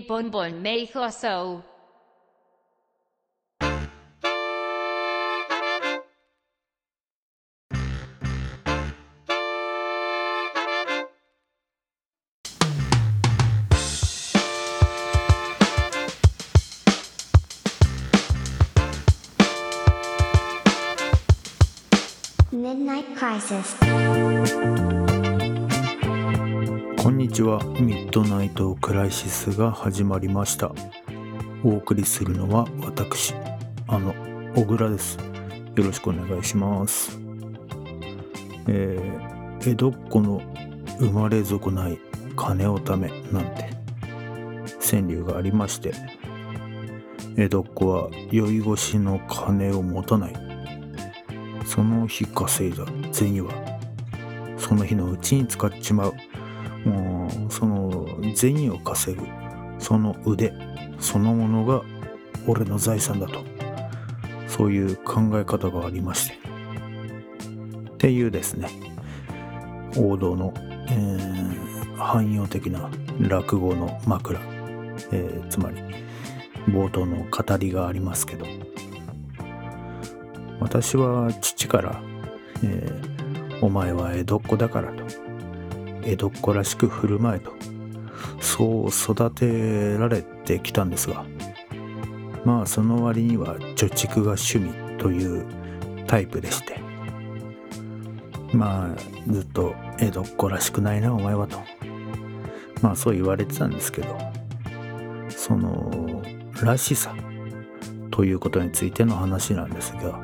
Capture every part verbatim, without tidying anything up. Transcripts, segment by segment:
bonbon may so. Midnight Crisis。 こんにちは。ミッドナイトクライシスが始まりました。お送りするのは私、あの小倉です。よろしくお願いします。えー、江戸っ子の生まれ損ない金をためなんて川柳がありまして、江戸っ子は酔い越しの金を持たない。その日稼いだ銭はその日のうちに使っちまう。もうその銭を稼ぐその腕そのものが俺の財産だと、そういう考え方がありまして、っていうですね、王道の、えー、汎用的な落語の枕、えー、つまり冒頭の語りがありますけど、私は父から、えー、お前は江戸っ子だからと、江戸っ子らしく振る舞えと、そう育てられてきたんですが、まあその割には貯蓄が趣味というタイプでして、まあずっと江戸っ子らしくないなお前はと、まあそう言われてたんですけど、そのらしさということについての話なんですが、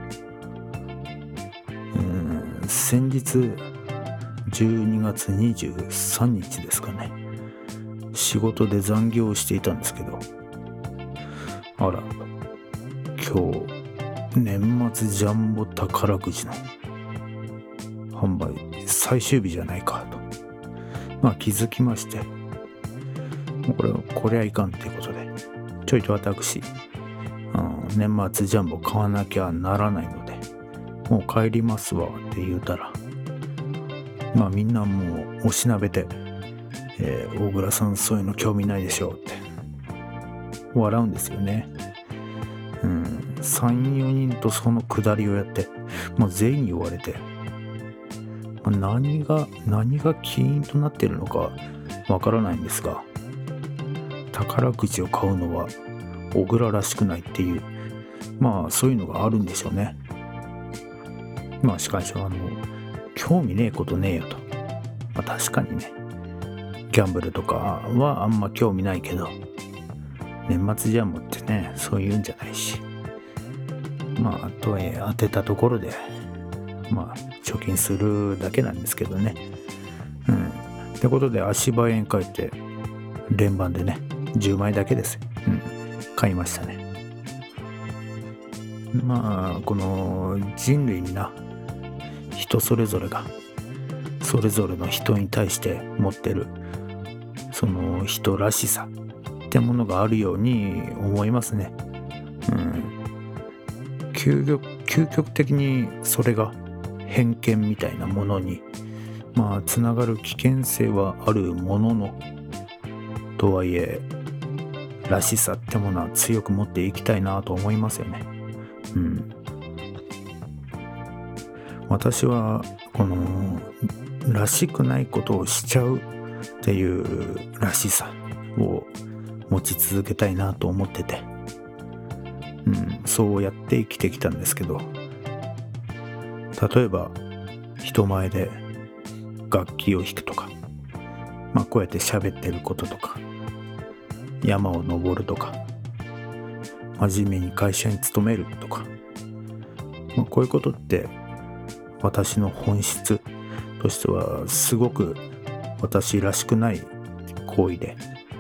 うーん先日じゅうにがつにじゅうさんにちですかね、仕事で残業をしていたんですけど、あら今日年末ジャンボ宝くじの販売最終日じゃないかと、まあ気づきまして、もうこれこれはいかんっていうことで、ちょいと私、うん、年末ジャンボ買わなきゃならないのでもう帰りますわって言うたら、まあみんなもうおしなべて、えー、大倉さんそういうの興味ないでしょうって笑うんですよね。うん、さん、よにんとそのくだりをやって、もう全員に言われて、まあ、何が何が起因となっているのかわからないんですが、宝くじを買うのは小倉らしくないっていう、まあそういうのがあるんでしょうね。まあしかしあの興味ねえことねえよと、まあ、確かにね、ギャンブルとかはあんま興味ないけど、年末ジャンボってねそういうんじゃないし、まああとは当てたところでまあ貯金するだけなんですけどね。うんってことで足早に帰って連番でねじゅうまいだけです、うん、買いましたね。まあこの人類にな、人それぞれがそれぞれの人に対して持ってるその人らしさってものがあるように思いますね。うん、究極、究極的にそれが偏見みたいなものにまあつながる危険性はあるものの、とはいえらしさってものは強く持っていきたいなと思いますよね。うん、私はこのらしくないことをしちゃうっていうらしさを持ち続けたいなと思ってて、うん、そうやって生きてきたんですけど、例えば人前で楽器を弾くとか、まあこうやって喋ってることとか、山を登るとか、真面目に会社に勤めるとか、まあ、こういうことって私の本質としてはすごく私らしくない行為で、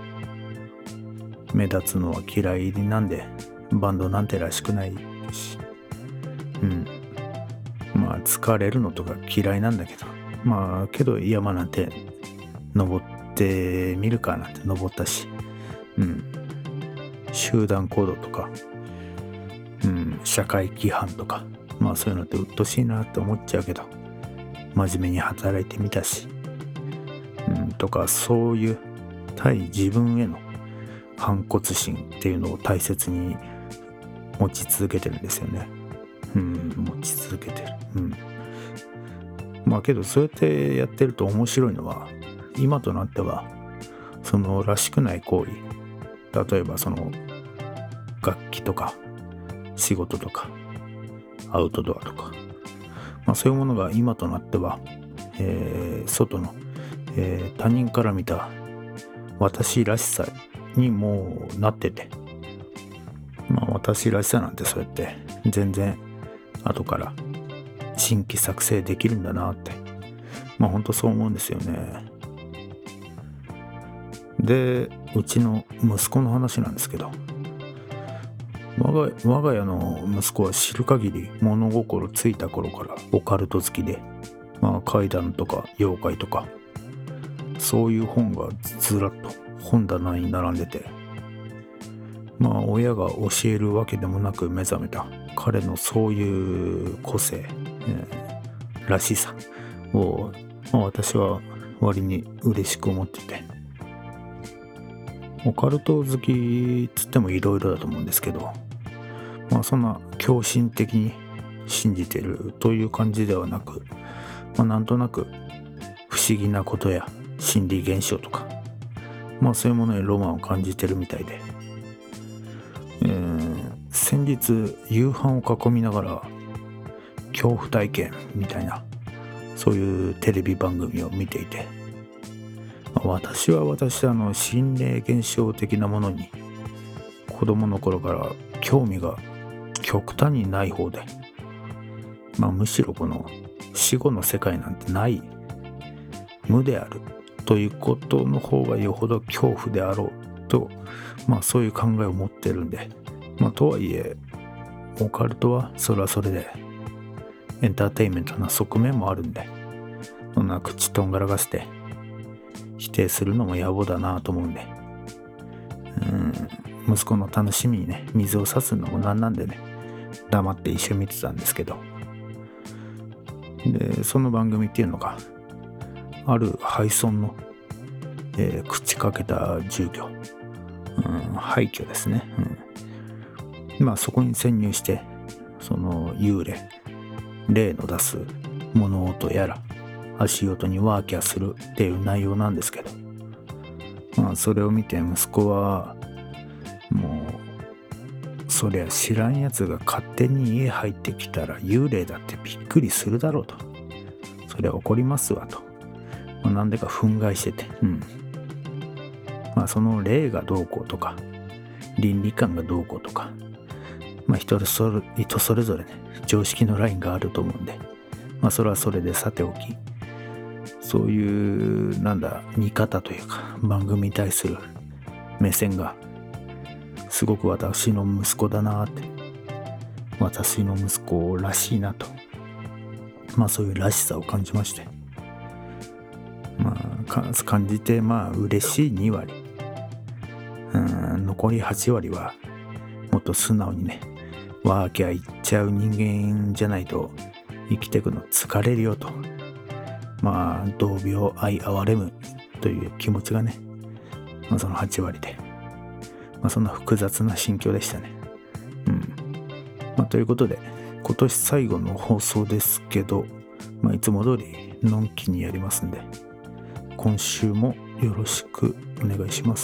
目立つのは嫌いなんでバンドなんてらしくないし、うんまあ疲れるのとか嫌いなんだけど、まあけど山なんて登ってみるかなんて登ったし、うん集団行動とか、うん、社会規範とか、まあそういうのってうっとしいなって思っちゃうけど、真面目に働いてみたし、うん、とかそういう対自分への反骨心っていうのを大切に持ち続けてるんですよね。うん持ち続けてる。うんまあけどそうやってやってると面白いのは、今となってはそのらしくない行為、例えばその楽器とか仕事とかアウトドアとか、まあ、そういうものが今となっては、えー、外の、えー、他人から見た私らしさにもうなってて、まあ私らしさなんてそうやって全然後から新規作成できるんだなって、まあ本当そう思うんですよね。で、うちの息子の話なんですけど、我が我が家の息子は知る限り物心ついた頃からオカルト好きで、まあ怪談とか妖怪とかそういう本がずらっと本棚に並んでて、まあ親が教えるわけでもなく目覚めた彼のそういう個性、えー、らしさを、まあ、私は割に嬉しく思ってて、オカルト好きつってもいろいろだと思うんですけど、まあそんな狂信的に信じてるという感じではなく、まあ、なんとなく不思議なことや心理現象とか、まあそういうものにロマンを感じてるみたいで、えー、先日夕飯を囲みながら恐怖体験みたいなそういうテレビ番組を見ていて、まあ、私は私であの心霊現象的なものに子供の頃から興味が極端にない方で、まあむしろこの死後の世界なんてない無であるということの方がよほど恐怖であろうと、まあそういう考えを持ってるんで、まあとはいえオカルトはそれはそれでエンターテインメントな側面もあるんで、そんな口とんがらがして否定するのも野暮だなと思うんで、うん息子の楽しみにね水を差すのもなんなんでね、黙って一緒に見てたんですけど、でその番組っていうのがある廃村の、えー、朽ちかけた住居、うん、廃墟ですね、うん、まあそこに潜入してその幽霊霊の出す物音やら足音にワーキャーするっていう内容なんですけど、まあそれを見て息子はもうそりゃ知らんやつが勝手に家入ってきたら幽霊だってびっくりするだろうと、そりゃ怒りますわと、まあ、なんでか憤慨してて、うんまあその霊がどうこうとか倫理観がどうこうとか、まあ人それ人それぞれね常識のラインがあると思うんで、まあそれはそれでさておき、そういうなんだ見方というか番組に対する目線がすごく私の息子だなって、私の息子らしいなと、まあそういうらしさを感じまして、まあ感じてまあ嬉しいに割、うん残りはち割はもっと素直にねワーキャー言っちゃう人間じゃないと生きていくの疲れるよと、まあ同病愛哀れむという気持ちがね、まあ、そのはち割で、まあ、そんな複雑な心境でしたね。うん。まあ、ということで今年最後の放送ですけど、まあ、いつも通りのんきにやりますんで、今週もよろしくお願いします。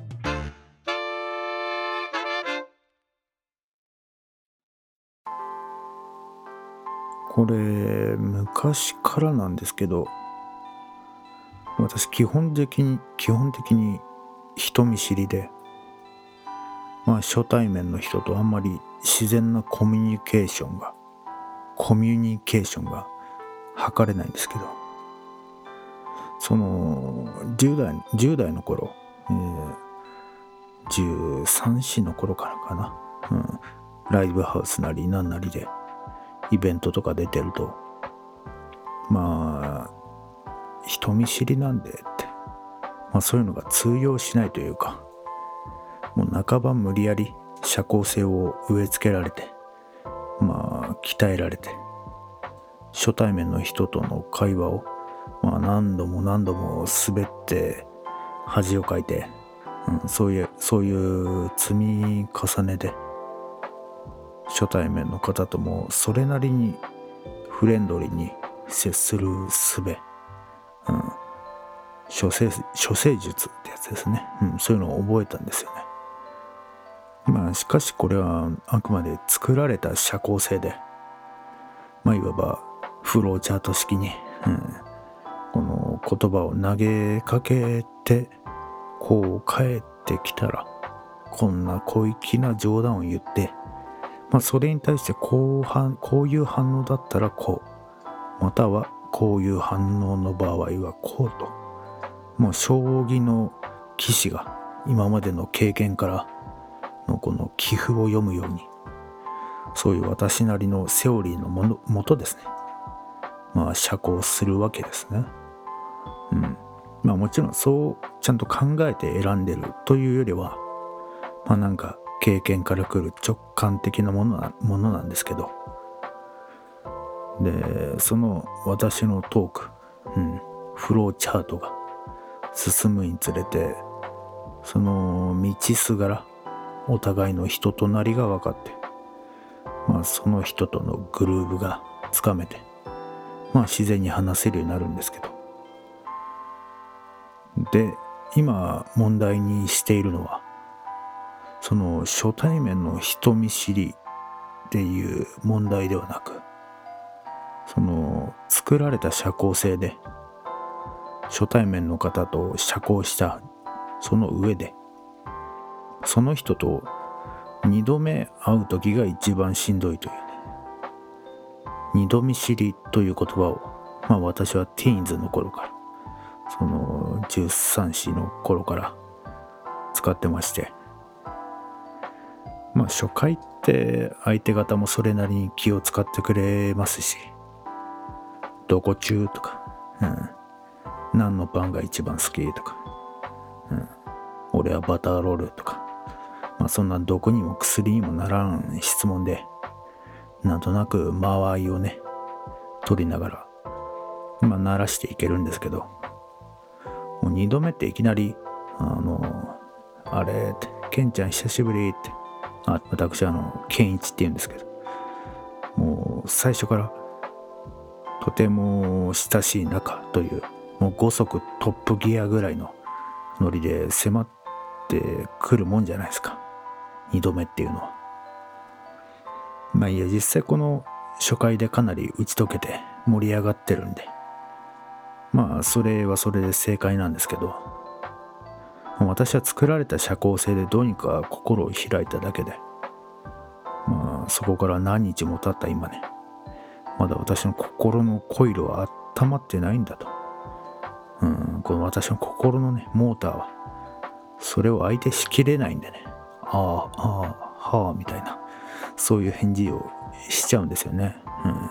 これ昔からなんですけど、私基本的に基本的に人見知りで、まあ初対面の人とあんまり自然なコミュニケーションがコミュニケーションが図れないんですけど、そのじゅう代じゅう代の頃、えー、じゅうさん、よんの頃からかな、うん、ライブハウスなりなんなりでイベントとか出てると、まあ人見知りなんでって、まあ、そういうのが通用しないというか、もう半ば無理やり社交性を植え付けられて、まあ鍛えられて、初対面の人との会話をまあ何度も何度も滑って恥をかいて、 うん、そういうそういう積み重ねで初対面の方ともそれなりにフレンドリーに接する術、うん、処世処世術ってやつですね、うん、そういうのを覚えたんですよね。まあしかしこれはあくまで作られた社交性で、まあいわばフローチャート式に、うん、この言葉を投げかけてこう帰ってきたらこんな小粋な冗談を言って、まあそれに対してこうはこういう反応だったらこう、またはこういう反応の場合はこうと、もう将棋の棋士が今までの経験からのこの棋譜を読むように、そういう私なりのセオリーのものもとですね、まあ社交するわけですね。うん。まあもちろんそうちゃんと考えて選んでるというよりは、まあなんか経験から来る直感的なものな、ものなんですけど、でその私のトーク、うん、フローチャートが進むにつれて、その道すがらお互いの人となりが分かって、まあその人とのグルーヴがつかめて、まあ自然に話せるようになるんですけど、で今問題にしているのは、その初対面の人見知りっていう問題ではなく、その作られた社交性で初対面の方と社交したその上で、その人と二度目会う時が一番しんどいというね、二度見知りという言葉を、まあ私はティーンズの頃から、そのじゅうさん、よんの頃から使ってまして、まあ初回って相手方もそれなりに気を使ってくれますし、どこ中とか、うん、何のパンが一番好きとか、うん、俺はバターロールとか、まあそんなどこにも薬にもならん質問で、なんとなく間合いをね取りながら、まあ鳴らしていけるんですけど、もう二度目っていきなりあのあれってケンちゃん久しぶりって、あ私あのケンイチって言うんですけど、もう最初からとても親しい仲という、もうご足トップギアぐらいのノリで迫ってくるもんじゃないですか、二度目っていうのは。まあいや、実際この初回でかなり打ち解けて盛り上がってるんで、まあそれはそれで正解なんですけど、私は作られた社交性でどうにか心を開いただけで、まあそこから何日も経った今ね、まだ私の心のコイルは温まってないんだと。うん、この私の心のねモーターはそれを相手しきれないんでね、ああああはあみたいな、そういう返事をしちゃうんですよね。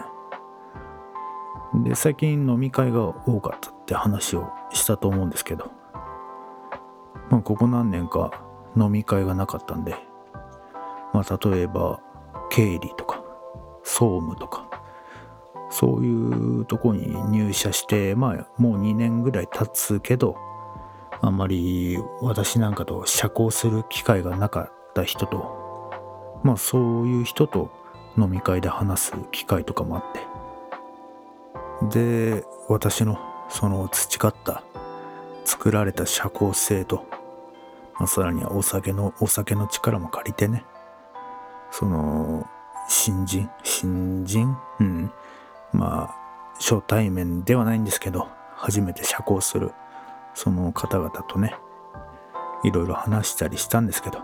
うん、で最近飲み会が多かったって話をしたと思うんですけど、まあここ何年か飲み会がなかったんで、まあ例えば経理とか総務とかそういうとこに入社して、まあもうにねんぐらい経つけど、あんまり私なんかと社交する機会がなかった人と、まあそういう人と飲み会で話す機会とかもあって、で私のその培った作られた社交性と、まあ、さらにはお酒のお酒の力も借りてね、その新人新人うんまあ初対面ではないんですけど、初めて社交するその方々とね、いろいろ話したりしたんですけど、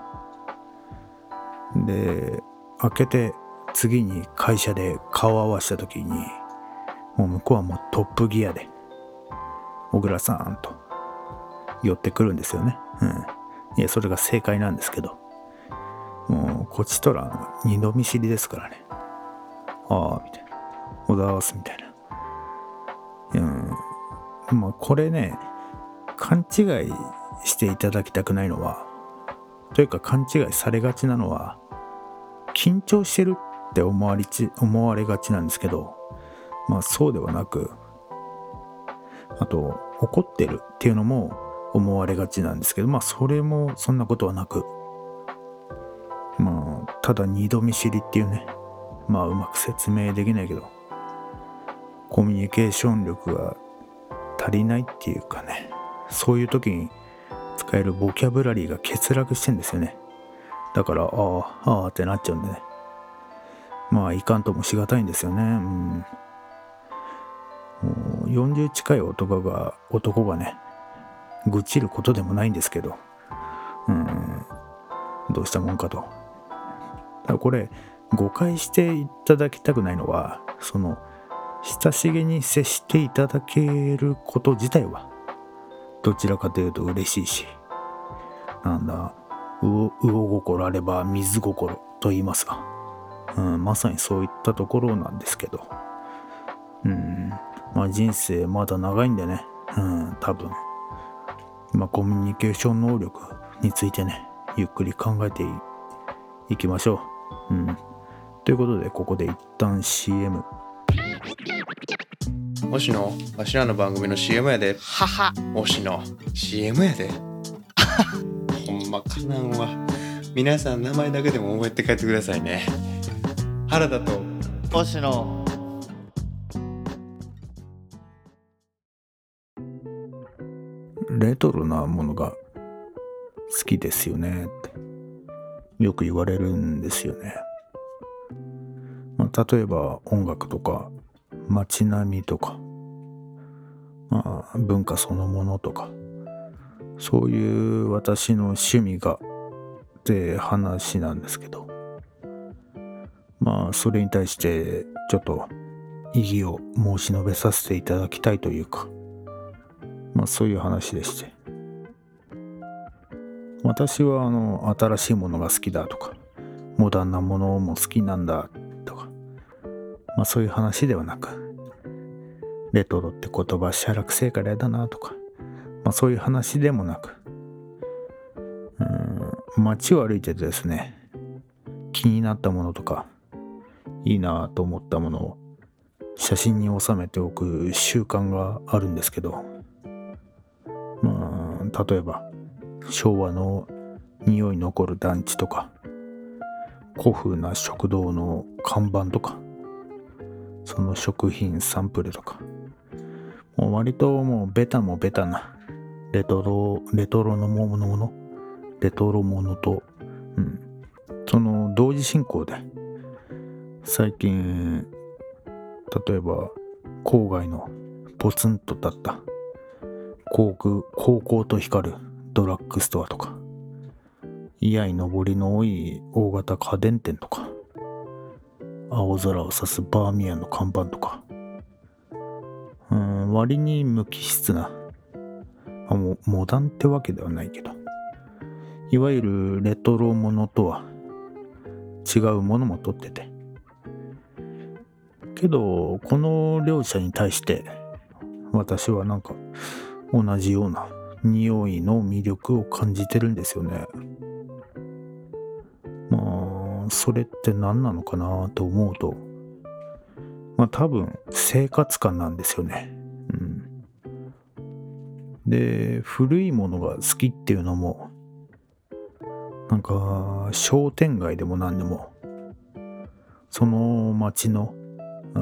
で明けて次に会社で顔を合わせた時に、もう向こうはもうトップギアで小倉さんと寄ってくるんですよね。うん、いやそれが正解なんですけど、もうこっちとら二度見知りですからね。ああみたいな、おだわすみたいな。うん、まあこれね勘違いしていただきたくないのは、というか勘違いされがちなのは、緊張してるって思われち思われがちなんですけど、まあそうではなく、あと怒ってるっていうのも思われがちなんですけど、まあそれもそんなことはなく、まあただ二度見知りっていうね、まあうまく説明できないけど、コミュニケーション力が足りないっていうかね、そういう時に使えるボキャブラリーが欠落してんですよね。だからああああってなっちゃうんでね、まあいかんともしがたいんですよね。うん、もうよんじゅう近い男が男がね愚痴ることでもないんですけど、うん、どうしたもんかと。だからこれ誤解していただきたくないのは、その親しげに接していただけること自体はどちらかというと嬉しいし、なんだ魚心あれば水心と言いますが、うん、まさにそういったところなんですけど、うん、まあ人生まだ長いんでね、うん、多分まあコミュニケーション能力についてねゆっくり考えて い, いきましょう、うん、ということでここで一旦 シーエム。 もしのわしらの番組の シーエム やで。 はは。 もしの シーエム やで。ほんまかなんわ。皆さん名前だけでも覚えて帰ってくださいね。原田と星野。 レトロなものが好きですよねってよく言われるんですよね。まあ、例えば音楽とか街並みとか、まあ、文化そのものとか、そういう私の趣味がって話なんですけど、まあそれに対してちょっと異議を申し述べさせていただきたいというか、まあそういう話でして、私はあの新しいものが好きだとかモダンなものも好きなんだとか、まあそういう話ではなく、レトロって言葉しゃらくせえからやだなとか、まあそういう話でもなく、うーん街を歩いててですね、気になったものとかいいなと思ったものを写真に収めておく習慣があるんですけど、まあ例えば昭和の匂い残る団地とか、古風な食堂の看板とか、その食品サンプルとか、もう割ともうベタもベタなレトロレトロのものものレトロものと、うん、その同時進行で最近例えば郊外のポツンと立った高空高校と光るドラッグストアとか、居合上りの多い大型家電店とか、青空を指すバーミヤンの看板とか、うん、割に無機質な、あ、もうモダンってわけではないけど、いわゆるレトロものとは違うものも撮ってて、けどこの両者に対して私はなんか同じような匂いの魅力を感じてるんですよね。まあそれって何なのかなと思うと、まあ多分生活感なんですよね。うん、で古いものが好きっていうのも、なんか商店街でも何でもその街の、うん、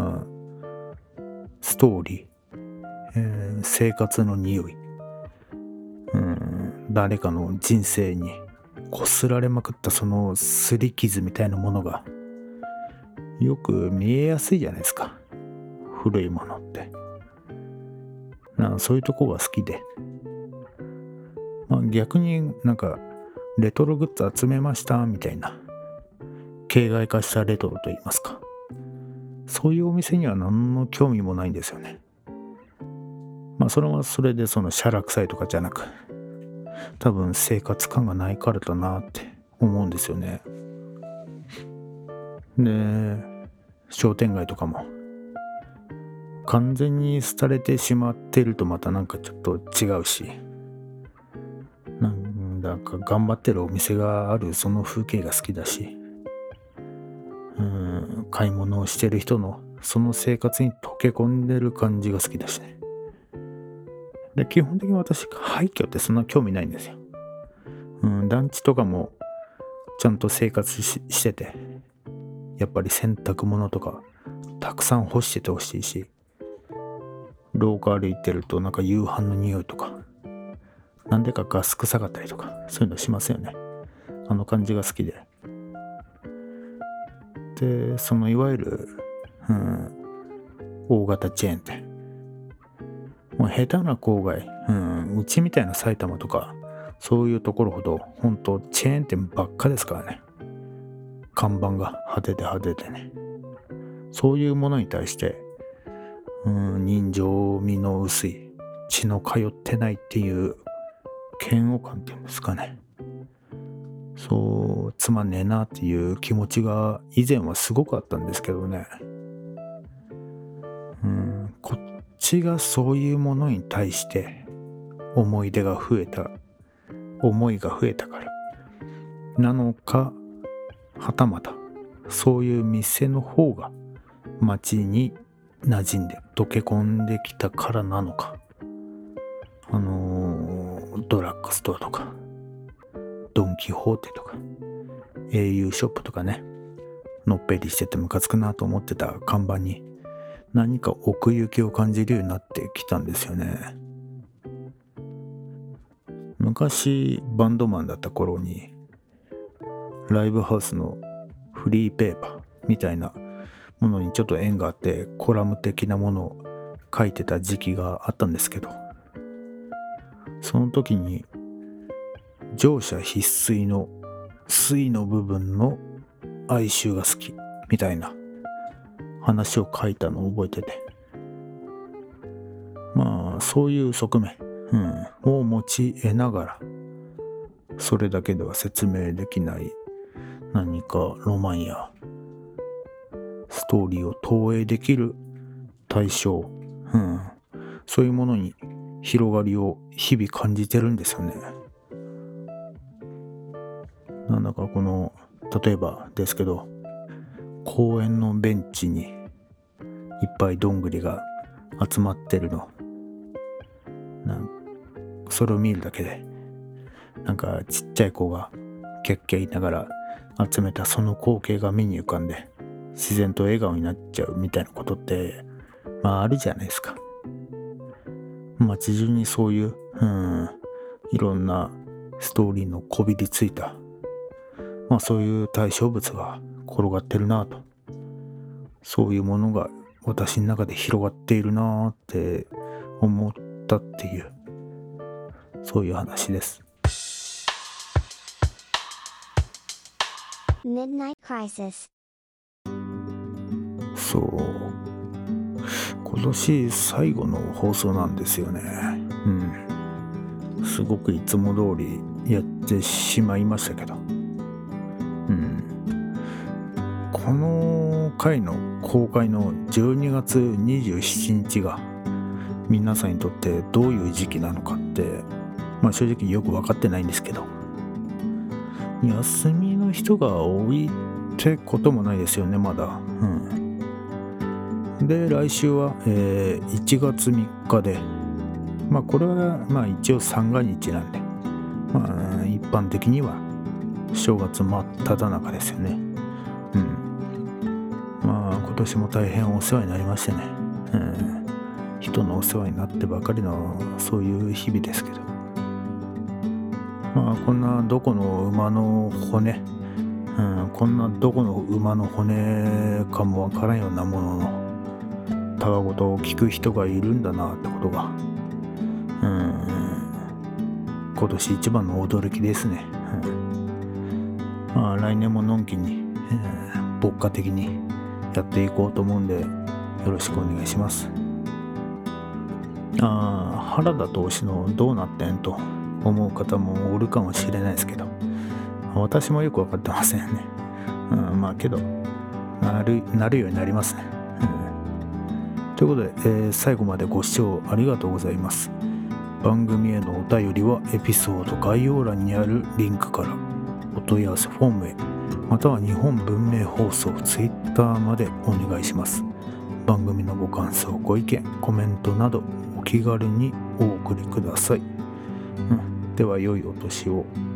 ストーリー、えー、生活の匂い、うん、誰かの人生にこすられまくったその擦り傷みたいなものがよく見えやすいじゃないですか、古いものって。なんかそういうとこが好きで、まあ、逆になんかレトログッズ集めましたみたいな形骸化したレトロといいますか、そういうお店には何の興味もないんですよね。まあそれはそれでそのシャラ臭いとかじゃなく、多分生活感がないからだなって思うんですよね。で商店街とかも完全に廃れてしまってるとまたなんかちょっと違うし、なんだか頑張ってるお店があるその風景が好きだし、うーん買い物をしてる人のその生活に溶け込んでる感じが好きだしね。 で、基本的に私、廃墟ってそんな興味ないんですよ。うん、団地とかもちゃんと生活 し, してて、やっぱり洗濯物とかたくさん干しててほしいし、廊下歩いてるとなんか夕飯の匂いとか、なんでかガス臭かったりとか、そういうのしますよね。あの感じが好きで。で、そのいわゆる、うん、大型チェーン店、もう下手な郊外、うん、うちみたいな埼玉とかそういうところほど本当チェーン店ばっかですからね。看板が派手で派手でね、そういうものに対して、うん、人情味の薄い、血の通ってないっていう嫌悪感っていうんですかね、そうつまんねえなっていう気持ちが以前はすごくあったんですけどね、うん、こっちがそういうものに対して思い出が増えた、思いが増えたからなのか、はたまたそういう店の方が街に馴染んで溶け込んできたからなのか、あのー、ドラッグストアとかドン・キホーテとか エーユー ショップとかね、のっぺりしててムカつくなと思ってた看板に何か奥行きを感じるようになってきたんですよね。昔バンドマンだった頃にライブハウスのフリーペーパーみたいなものにちょっと縁があって、コラム的なものを書いてた時期があったんですけど、その時に乗車必須の水の部分の哀愁が好きみたいな話を書いたのを覚えてて、まあそういう側面、うん、を持ち得ながら、それだけでは説明できない何かロマンやストーリーを投影できる対象、うん、そういうものに広がりを日々感じてるんですよね。なんだかこの、例えばですけど、公園のベンチにいっぱいどんぐりが集まってるの、なんそれを見るだけでなんかちっちゃい子がキャッキャ言いながら集めたその光景が目に浮かんで自然と笑顔になっちゃうみたいなことってまああるじゃないですか。街中にそういう、うん、いろんなストーリーのこびりついた、まあそういう対象物が転がってるなと、そういうものが私の中で広がっているなって思ったっていう、そういう話です。 Midnight Crisis。 そう、今年最後の放送なんですよね。うん、すごくいつも通りやってしまいましたけど、うん、この回の公開のじゅうにがつにじゅうしちにちが皆さんにとってどういう時期なのかって、まあ正直よく分かってないんですけど、休みの人が多いってこともないですよね、まだ。うん、で、来週は、えー、いちがつみっかで、まあこれはまあ一応三が日なんで、まあ一般的には正月真っ只中ですよね。うん。まあ今年も大変お世話になりましてね。うん。人のお世話になってばかりのそういう日々ですけど。まあこんなどこの馬の骨、うん、こんなどこの馬の骨かもわからんようなもののたわごとを聞く人がいるんだなってことが、うん、今年一番の驚きですね。うん、まあ来年ものんきに、えー、牧歌的にやっていこうと思うんでよろしくお願いします。あ、原田投手のどうなってんと思う方もおるかもしれないですけど、私もよく分かってませんね。うん、まあけどなる、なるようになりますね。うん、ということで、えー、最後までご視聴ありがとうございます。番組へのお便りはエピソード概要欄にあるリンクからお問い合わせフォームへ、または日本文明放送ツイッターまでお願いします。番組のご感想、ご意見、コメントなどおお気軽にお送りください。うん、では良いお年を。